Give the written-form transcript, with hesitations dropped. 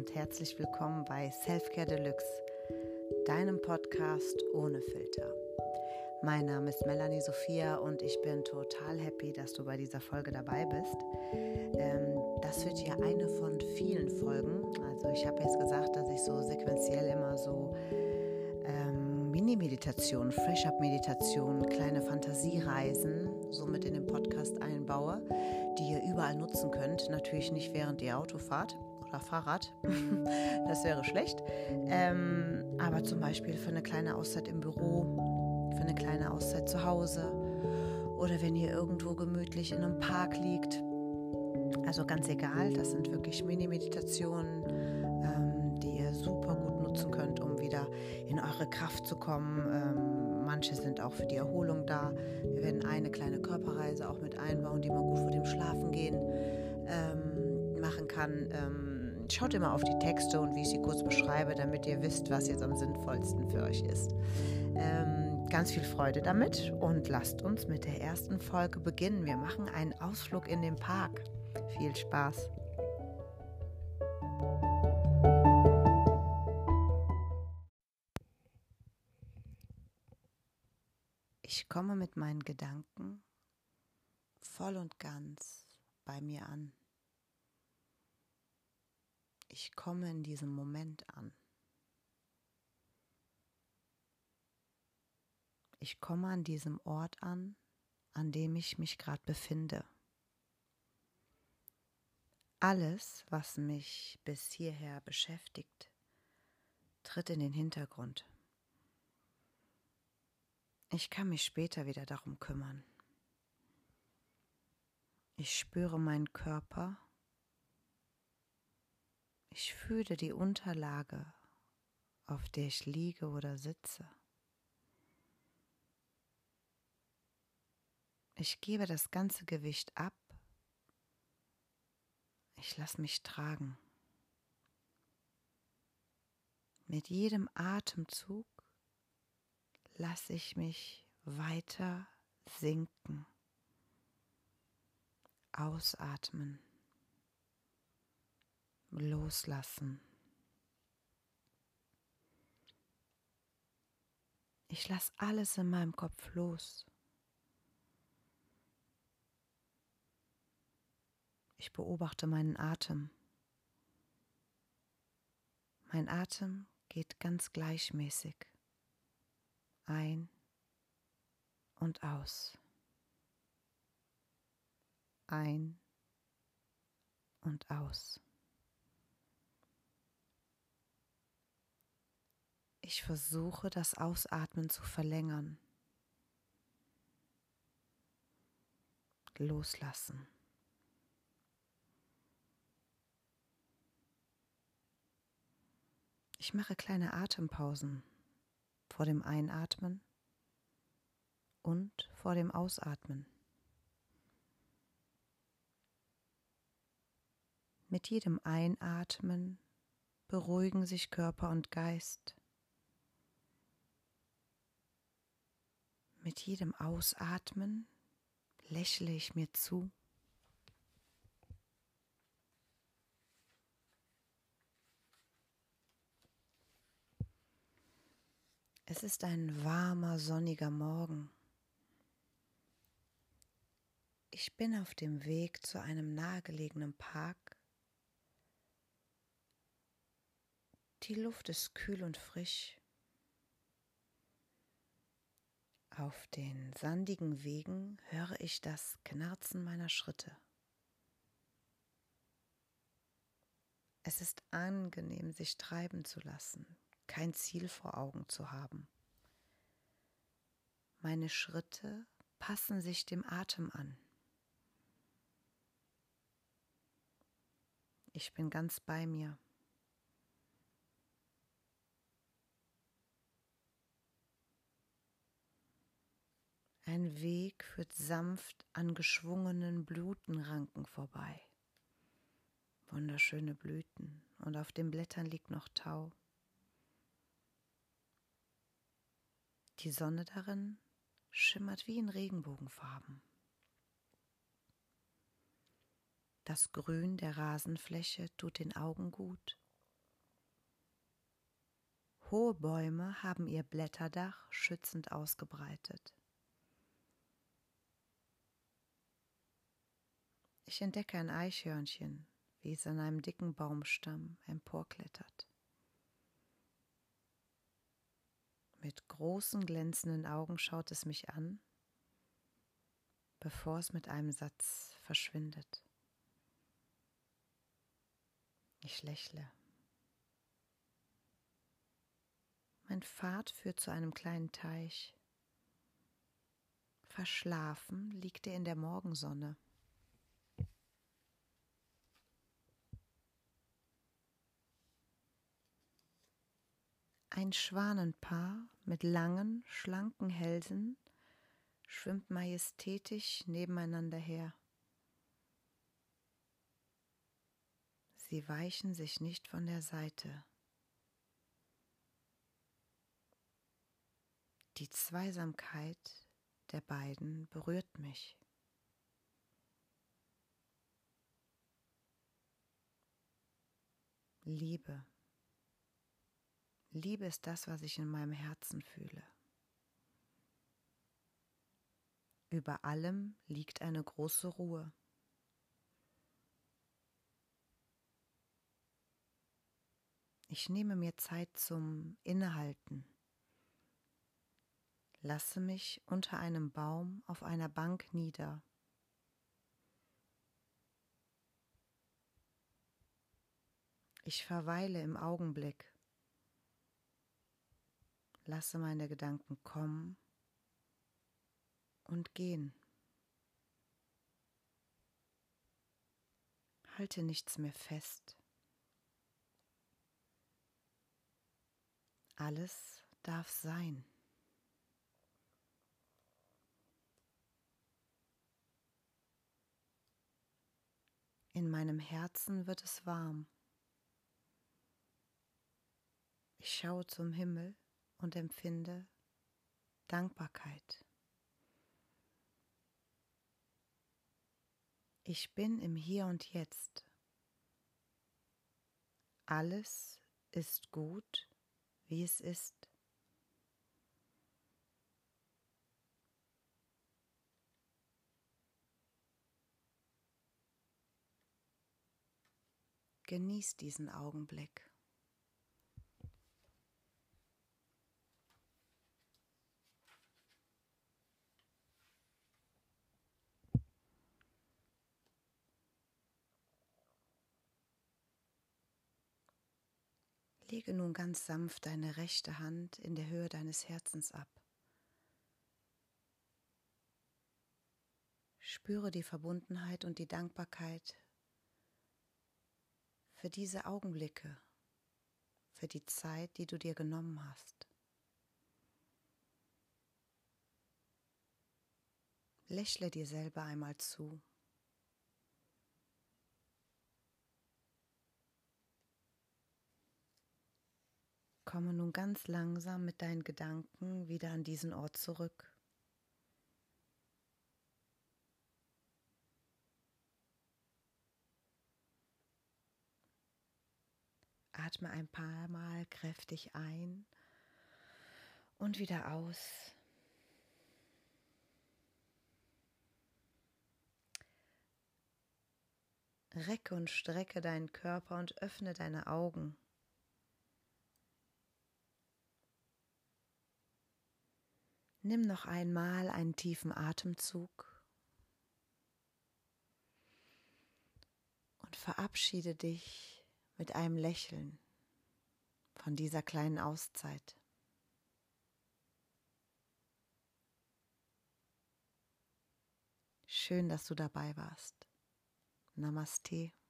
und herzlich willkommen bei Selfcare Deluxe, deinem Podcast ohne Filter. Mein Name ist Melanie Sophia und ich bin total happy, dass du bei dieser Folge dabei bist. Das wird hier eine von vielen Folgen. Also ich habe jetzt gesagt, dass ich so sequenziell immer so Mini-Meditationen, Fresh-Up-Meditationen, kleine Fantasiereisen somit in den Podcast einbaue, die ihr überall nutzen könnt. Natürlich nicht während ihr Auto fahrt oder Fahrrad, das wäre schlecht. Aber zum Beispiel für eine kleine Auszeit im Büro, für eine kleine Auszeit zu Hause oder wenn ihr irgendwo gemütlich in einem Park liegt. Also ganz egal, das sind wirklich Mini-Meditationen, die ihr super gut nutzen könnt, um wieder in eure Kraft zu kommen. Manche sind auch für die Erholung da. Wir werden eine kleine Körperreise auch mit einbauen, die man gut vor dem Schlafengehen machen kann. Schaut immer auf die Texte und wie ich sie kurz beschreibe, damit ihr wisst, was jetzt am sinnvollsten für euch ist. Ganz viel Freude damit und lasst uns mit der ersten Folge beginnen. Wir machen einen Ausflug in den Park. Viel Spaß! Ich komme mit meinen Gedanken voll und ganz bei mir an. Ich komme in diesem Moment an. Ich komme an diesem Ort an dem ich mich gerade befinde. Alles, was mich bis hierher beschäftigt, tritt in den Hintergrund. Ich kann mich später wieder darum kümmern. Ich spüre meinen Körper. Ich fühle die Unterlage, auf der ich liege oder sitze. Ich gebe das ganze Gewicht ab. Ich lasse mich tragen. Mit jedem Atemzug lasse ich mich weiter sinken. Ausatmen. Loslassen. Ich lasse alles in meinem Kopf los. Ich beobachte meinen Atem. Mein Atem geht ganz gleichmäßig ein und aus. Ein und aus. Ich versuche, das Ausatmen zu verlängern. Loslassen. Ich mache kleine Atempausen vor dem Einatmen und vor dem Ausatmen. Mit jedem Einatmen beruhigen sich Körper und Geist. Mit jedem Ausatmen lächle ich mir zu. Es ist ein warmer, sonniger Morgen. Ich bin auf dem Weg zu einem nahegelegenen Park. Die Luft ist kühl und frisch. Auf den sandigen Wegen höre ich das Knarzen meiner Schritte. Es ist angenehm, sich treiben zu lassen, kein Ziel vor Augen zu haben. Meine Schritte passen sich dem Atem an. Ich bin ganz bei mir. Ein Weg führt sanft an geschwungenen Blütenranken vorbei. Wunderschöne Blüten und auf den Blättern liegt noch Tau. Die Sonne darin schimmert wie in Regenbogenfarben. Das Grün der Rasenfläche tut den Augen gut Hohe Bäume haben ihr Blätterdach schützend ausgebreitet. Ich entdecke ein Eichhörnchen, wie es an einem dicken Baumstamm emporklettert. Mit großen glänzenden Augen schaut es mich an, bevor es mit einem Satz verschwindet. Ich lächle. Mein Pfad führt zu einem kleinen Teich. Verschlafen liegt er in der Morgensonne. Ein Schwanenpaar mit langen, schlanken Hälsen schwimmt majestätisch nebeneinander her. Sie weichen sich nicht von der Seite. Die Zweisamkeit der beiden berührt mich. Liebe. Liebe ist das, was ich in meinem Herzen fühle. Über allem liegt eine große Ruhe. Ich nehme mir Zeit zum Innehalten. Lasse mich unter einem Baum auf einer Bank nieder. Ich verweile im Augenblick. Lasse meine Gedanken kommen und gehen. Halte nichts mehr fest. Alles darf sein. In meinem Herzen wird es warm. Ich schaue zum Himmel und empfinde Dankbarkeit. Ich bin im Hier und Jetzt. Alles ist gut, wie es ist. Genieß diesen Augenblick. Lege nun ganz sanft deine rechte Hand in der Höhe deines Herzens ab. Spüre die Verbundenheit und die Dankbarkeit für diese Augenblicke, für die Zeit, die du dir genommen hast. Lächle dir selber einmal zu. Komme nun ganz langsam mit deinen Gedanken wieder an diesen Ort zurück. Atme ein paar Mal kräftig ein und wieder aus. Recke und strecke deinen Körper und öffne deine Augen. Nimm noch einmal einen tiefen Atemzug und verabschiede dich mit einem Lächeln von dieser kleinen Auszeit. Schön, dass du dabei warst. Namaste.